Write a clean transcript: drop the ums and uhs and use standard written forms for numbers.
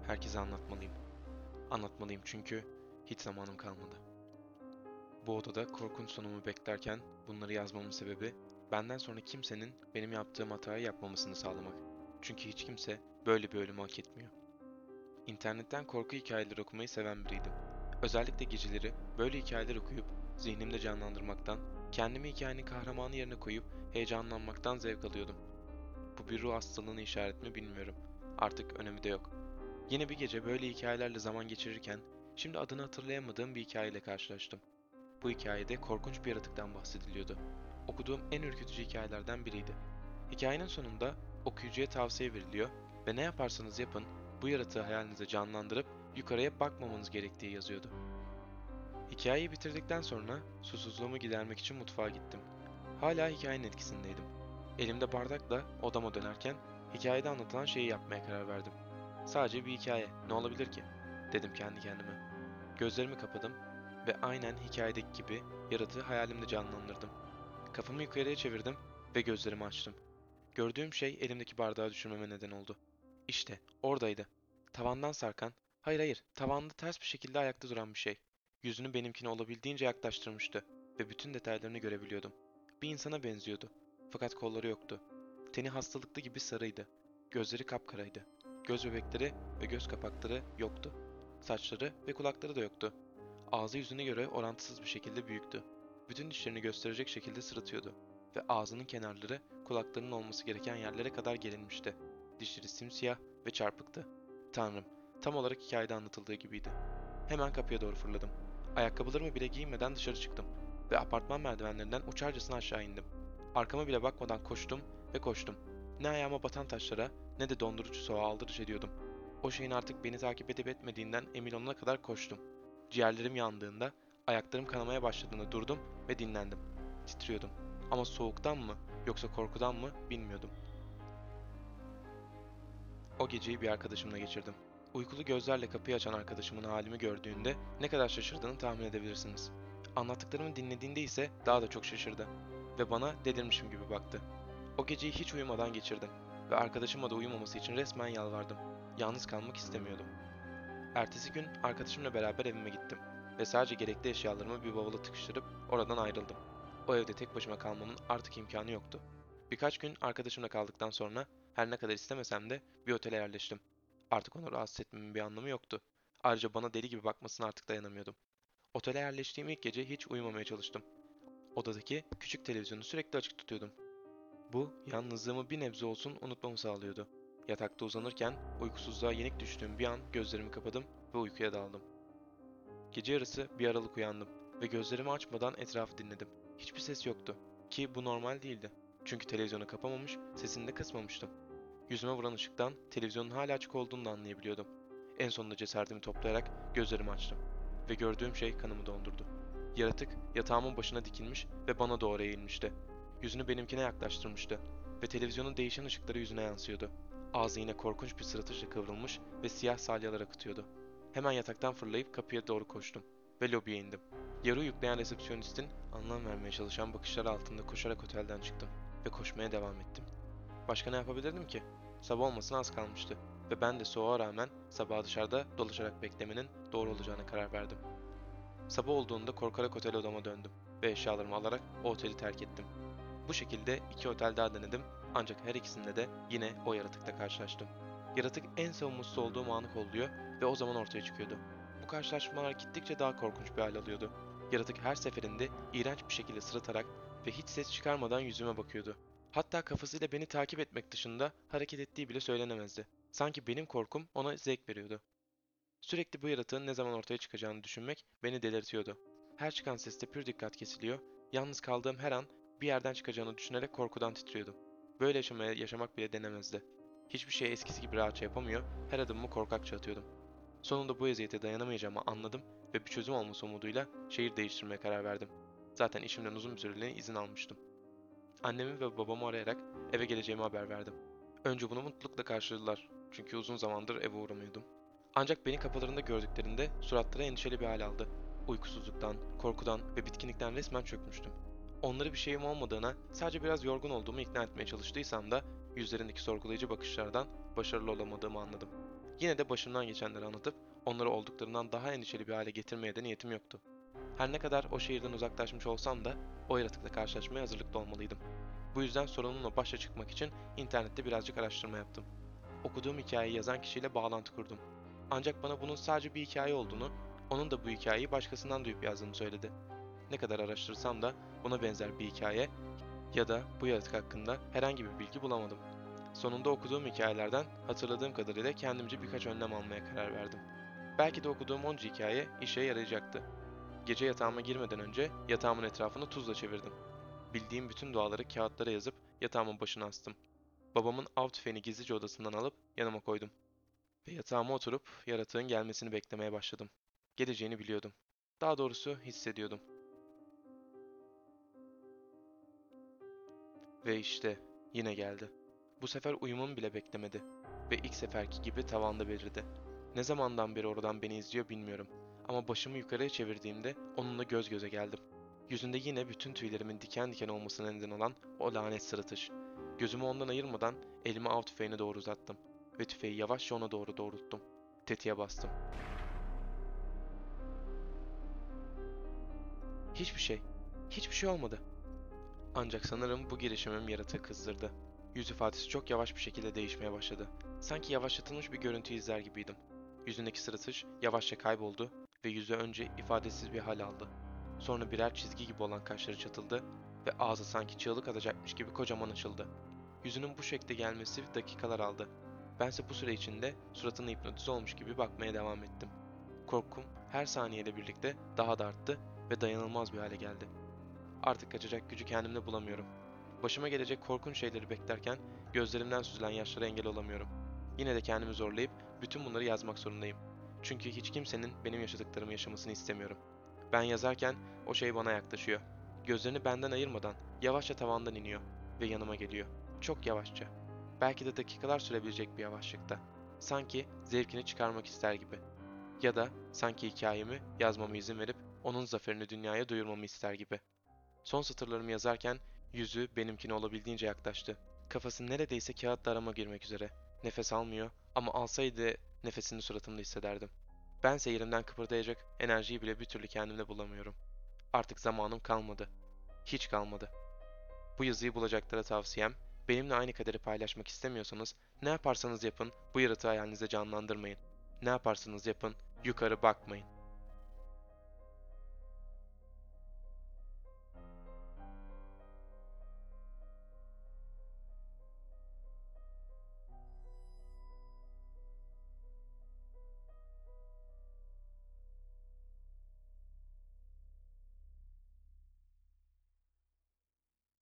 Herkese anlatmalıyım. Anlatmalıyım çünkü hiç zamanım kalmadı. Bu odada korkunç sonumu beklerken bunları yazmamın sebebi benden sonra kimsenin benim yaptığım hatayı yapmamasını sağlamak. Çünkü hiç kimse böyle bir ölümü hak etmiyor. İnternetten korku hikayeleri okumayı seven biriydim. Özellikle geceleri böyle hikayeler okuyup zihnimde canlandırmaktan, kendimi hikayenin kahramanı yerine koyup heyecanlanmaktan zevk alıyordum. Bu bir ruh hastalığına işaret mi bilmiyorum. Artık önemi de yok. Yine bir gece böyle hikayelerle zaman geçirirken şimdi adını hatırlayamadığım bir hikayeyle karşılaştım. Bu hikayede korkunç bir yaratıktan bahsediliyordu. Okuduğum en ürkütücü hikayelerden biriydi. Hikayenin sonunda okuyucuya tavsiye veriliyor ve ne yaparsanız yapın bu yaratığı hayalinize canlandırıp yukarıya bakmamanız gerektiği yazıyordu. Hikayeyi bitirdikten sonra susuzluğumu gidermek için mutfağa gittim. Hala hikayenin etkisindeydim. Elimde bardakla odama dönerken hikayede anlatılan şeyi yapmaya karar verdim. Sadece bir hikaye, ne olabilir ki? Dedim kendi kendime. Gözlerimi kapadım ve aynen hikayedeki gibi yaratığı hayalimde canlandırdım. Kafamı yukarıya çevirdim ve gözlerimi açtım. Gördüğüm şey elimdeki bardağı düşürmeme neden oldu. İşte oradaydı. Tavandan sarkan, hayır, tavanda ters bir şekilde ayakta duran bir şey. Yüzünü benimkine olabildiğince yaklaştırmıştı ve bütün detaylarını görebiliyordum. Bir insana benziyordu. Fakat kolları yoktu. Teni hastalıklı gibi sarıydı. Gözleri kapkaraydı. Göz bebekleri ve göz kapakları yoktu. Saçları ve kulakları da yoktu. Ağzı yüzüne göre orantısız bir şekilde büyüktü. Bütün dişlerini gösterecek şekilde sırıtıyordu ve ağzının kenarları kulaklarının olması gereken yerlere kadar gerilmişti. Dişleri simsiyah ve çarpıktı. Tanrım, tam olarak hikayede anlatıldığı gibiydi. Hemen kapıya doğru fırladım. Ayakkabılarımı bile giyinmeden dışarı çıktım ve apartman merdivenlerinden uçarcasına aşağı indim. Arkama bile bakmadan koştum ve koştum. Ne ayağıma batan taşlara ne de dondurucu soğuğa aldırış ediyordum. O şeyin artık beni takip edip etmediğinden emin olana kadar koştum. Ciğerlerim yandığında, ayaklarım kanamaya başladığında durdum ve dinlendim. Titriyordum. Ama soğuktan mı yoksa korkudan mı bilmiyordum. O geceyi bir arkadaşımla geçirdim. Uykulu gözlerle kapıyı açan arkadaşımın halimi gördüğünde ne kadar şaşırdığını tahmin edebilirsiniz. Anlattıklarımı dinlediğinde ise daha da çok şaşırdı ve bana delirmişim gibi baktı. O geceyi hiç uyumadan geçirdim ve arkadaşıma da uyumaması için resmen yalvardım. Yalnız kalmak istemiyordum. Ertesi gün arkadaşımla beraber evime gittim ve sadece gerekli eşyalarımı bir bavula tıkıştırıp oradan ayrıldım. O evde tek başıma kalmamın artık imkanı yoktu. Birkaç gün arkadaşımla kaldıktan sonra her ne kadar istemesem de bir otele yerleştim. Artık onu rahatsız etmemin bir anlamı yoktu. Ayrıca bana deli gibi bakmasına artık dayanamıyordum. Otele yerleştiğim ilk gece hiç uyumamaya çalıştım. Odadaki küçük televizyonu sürekli açık tutuyordum. Bu, yalnızlığımı bir nebze olsun unutmamı sağlıyordu. Yatakta uzanırken uykusuzluğa yenik düştüğüm bir an gözlerimi kapadım ve uykuya daldım. Gece yarısı bir aralık uyandım ve gözlerimi açmadan etrafı dinledim. Hiçbir ses yoktu ki bu normal değildi. Çünkü televizyonu kapamamış, sesini de kısmamıştım. Yüzüme vuran ışıktan televizyonun hala açık olduğunu da anlayabiliyordum. En sonunda cesaretimi toplayarak gözlerimi açtım ve gördüğüm şey kanımı dondurdu. Yaratık yatağımın başına dikilmiş ve bana doğru eğilmişti. Yüzünü benimkine yaklaştırmıştı ve televizyonun değişen ışıkları yüzüne yansıyordu. Ağzı yine korkunç bir sırıtışla kıvrılmış ve siyah salyalar akıtıyordu. Hemen yataktan fırlayıp kapıya doğru koştum ve lobiye indim. Yarı uyuklayan resepsiyonistin anlam vermeye çalışan bakışları altında koşarak otelden çıktım ve koşmaya devam ettim. Başka ne yapabilirdim ki? Sabah olmasına az kalmıştı ve ben de soğuğa rağmen sabahı dışarıda dolaşarak beklemenin doğru olacağına karar verdim. Sabah olduğunda korkarak otel odama döndüm ve eşyalarımı alarak o oteli terk ettim. Bu şekilde iki otel daha denedim ancak her ikisinde de yine o yaratıkla karşılaştım. Yaratık en savunmasız olduğum anı kolluyor ve o zaman ortaya çıkıyordu. Bu karşılaşmalar gittikçe daha korkunç bir hal alıyordu. Yaratık her seferinde iğrenç bir şekilde sırıtarak ve hiç ses çıkarmadan yüzüme bakıyordu. Hatta kafasıyla beni takip etmek dışında hareket ettiği bile söylenemezdi. Sanki benim korkum ona zevk veriyordu. Sürekli bu yaratığın ne zaman ortaya çıkacağını düşünmek beni delirtiyordu. Her çıkan seste pür dikkat kesiliyor, yalnız kaldığım her an bir yerden çıkacağını düşünerek korkudan titriyordum. Böyle yaşamak bile denemezdi. Hiçbir şey eskisi gibi rahatça yapamıyor, her adımımı korkakça atıyordum. Sonunda bu eziyete dayanamayacağımı anladım ve bir çözüm olması umuduyla şehir değiştirmeye karar verdim. Zaten işimden uzun bir süreliğine izin almıştım. Annemi ve babamı arayarak eve geleceğimi haber verdim. Önce bunu mutlulukla karşıladılar çünkü uzun zamandır eve uğramıyordum. Ancak beni kapılarında gördüklerinde suratları endişeli bir hal aldı. Uykusuzluktan, korkudan ve bitkinlikten resmen çökmüştüm. Onları bir şeyim olmadığına, sadece biraz yorgun olduğumu ikna etmeye çalıştıysam da yüzlerindeki sorgulayıcı bakışlardan başarılı olamadığımı anladım. Yine de başımdan geçenleri anlatıp onları olduklarından daha endişeli bir hale getirmeye de niyetim yoktu. Her ne kadar o şehirden uzaklaşmış olsam da o yaratıkla karşılaşmaya hazırlıklı olmalıydım. Bu yüzden sorunumla başa çıkmak için internette birazcık araştırma yaptım. Okuduğum hikayeyi yazan kişiyle bağlantı kurdum. Ancak bana bunun sadece bir hikaye olduğunu, onun da bu hikayeyi başkasından duyup yazdığını söyledi. Ne kadar araştırsam da buna benzer bir hikaye ya da bu yaratık hakkında herhangi bir bilgi bulamadım. Sonunda okuduğum hikayelerden hatırladığım kadarıyla kendimce birkaç önlem almaya karar verdim. Belki de okuduğum onca hikaye işe yarayacaktı. Gece yatağıma girmeden önce yatağımın etrafını tuzla çevirdim. Bildiğim bütün duaları kağıtlara yazıp yatağımın başına astım. Babamın av tüfeğini gizlice odasından alıp yanıma koydum. Ve yatağıma oturup yaratığın gelmesini beklemeye başladım. Geleceğini biliyordum. Daha doğrusu hissediyordum. Ve işte yine geldi. Bu sefer uyumamı bile beklemedi. Ve ilk seferki gibi tavanda belirdi. Ne zamandan beri oradan beni izliyor bilmiyorum. Ama başımı yukarıya çevirdiğimde onunla göz göze geldim. Yüzünde yine bütün tüylerimin diken diken olmasına neden olan o lanet sırıtış. Gözümü ondan ayırmadan elimi av tüfeğine doğru uzattım. Ve tüfeği yavaşça ona doğru doğrulttum. Tetiğe bastım. Hiçbir şey. Hiçbir şey olmadı. Ancak sanırım bu girişimim yaratığı kızdırdı. Yüz ifadesi çok yavaş bir şekilde değişmeye başladı. Sanki yavaşlatılmış bir görüntü izler gibiydim. Yüzündeki sırıtış yavaşça kayboldu ve yüzü önce ifadesiz bir hal aldı. Sonra birer çizgi gibi olan kaşları çatıldı ve ağzı sanki çığlık atacakmış gibi kocaman açıldı. Yüzünün bu şekilde gelmesi dakikalar aldı. Bense bu süre içinde suratına hipnotize olmuş gibi bakmaya devam ettim. Korkum her saniyeyle birlikte daha da arttı ve dayanılmaz bir hale geldi. Artık kaçacak gücü kendimde bulamıyorum. Başıma gelecek korkunç şeyleri beklerken gözlerimden süzülen yaşlara engel olamıyorum. Yine de kendimi zorlayıp bütün bunları yazmak zorundayım. Çünkü hiç kimsenin benim yaşadıklarımı yaşamasını istemiyorum. Ben yazarken o şey bana yaklaşıyor. Gözlerini benden ayırmadan yavaşça tavandan iniyor ve yanıma geliyor. Çok yavaşça. Belki de dakikalar sürebilecek bir yavaşlıkta. Sanki zevkini çıkarmak ister gibi. Ya da sanki hikayemi yazmama izin verip onun zaferini dünyaya duyurmamı ister gibi. Son satırlarımı yazarken yüzü benimkine olabildiğince yaklaştı. Kafası neredeyse kağıtla arama girmek üzere. Nefes almıyor ama alsaydı nefesini suratımda hissederdim. Bense yerimden kıpırdayacak enerjiyi bile bir türlü kendimde bulamıyorum. Artık zamanım kalmadı. Hiç kalmadı. Bu yazıyı bulacaklara tavsiyem, benimle aynı kaderi paylaşmak istemiyorsanız ne yaparsanız yapın bu yaratığı hayalinizde canlandırmayın. Ne yaparsanız yapın yukarı bakmayın.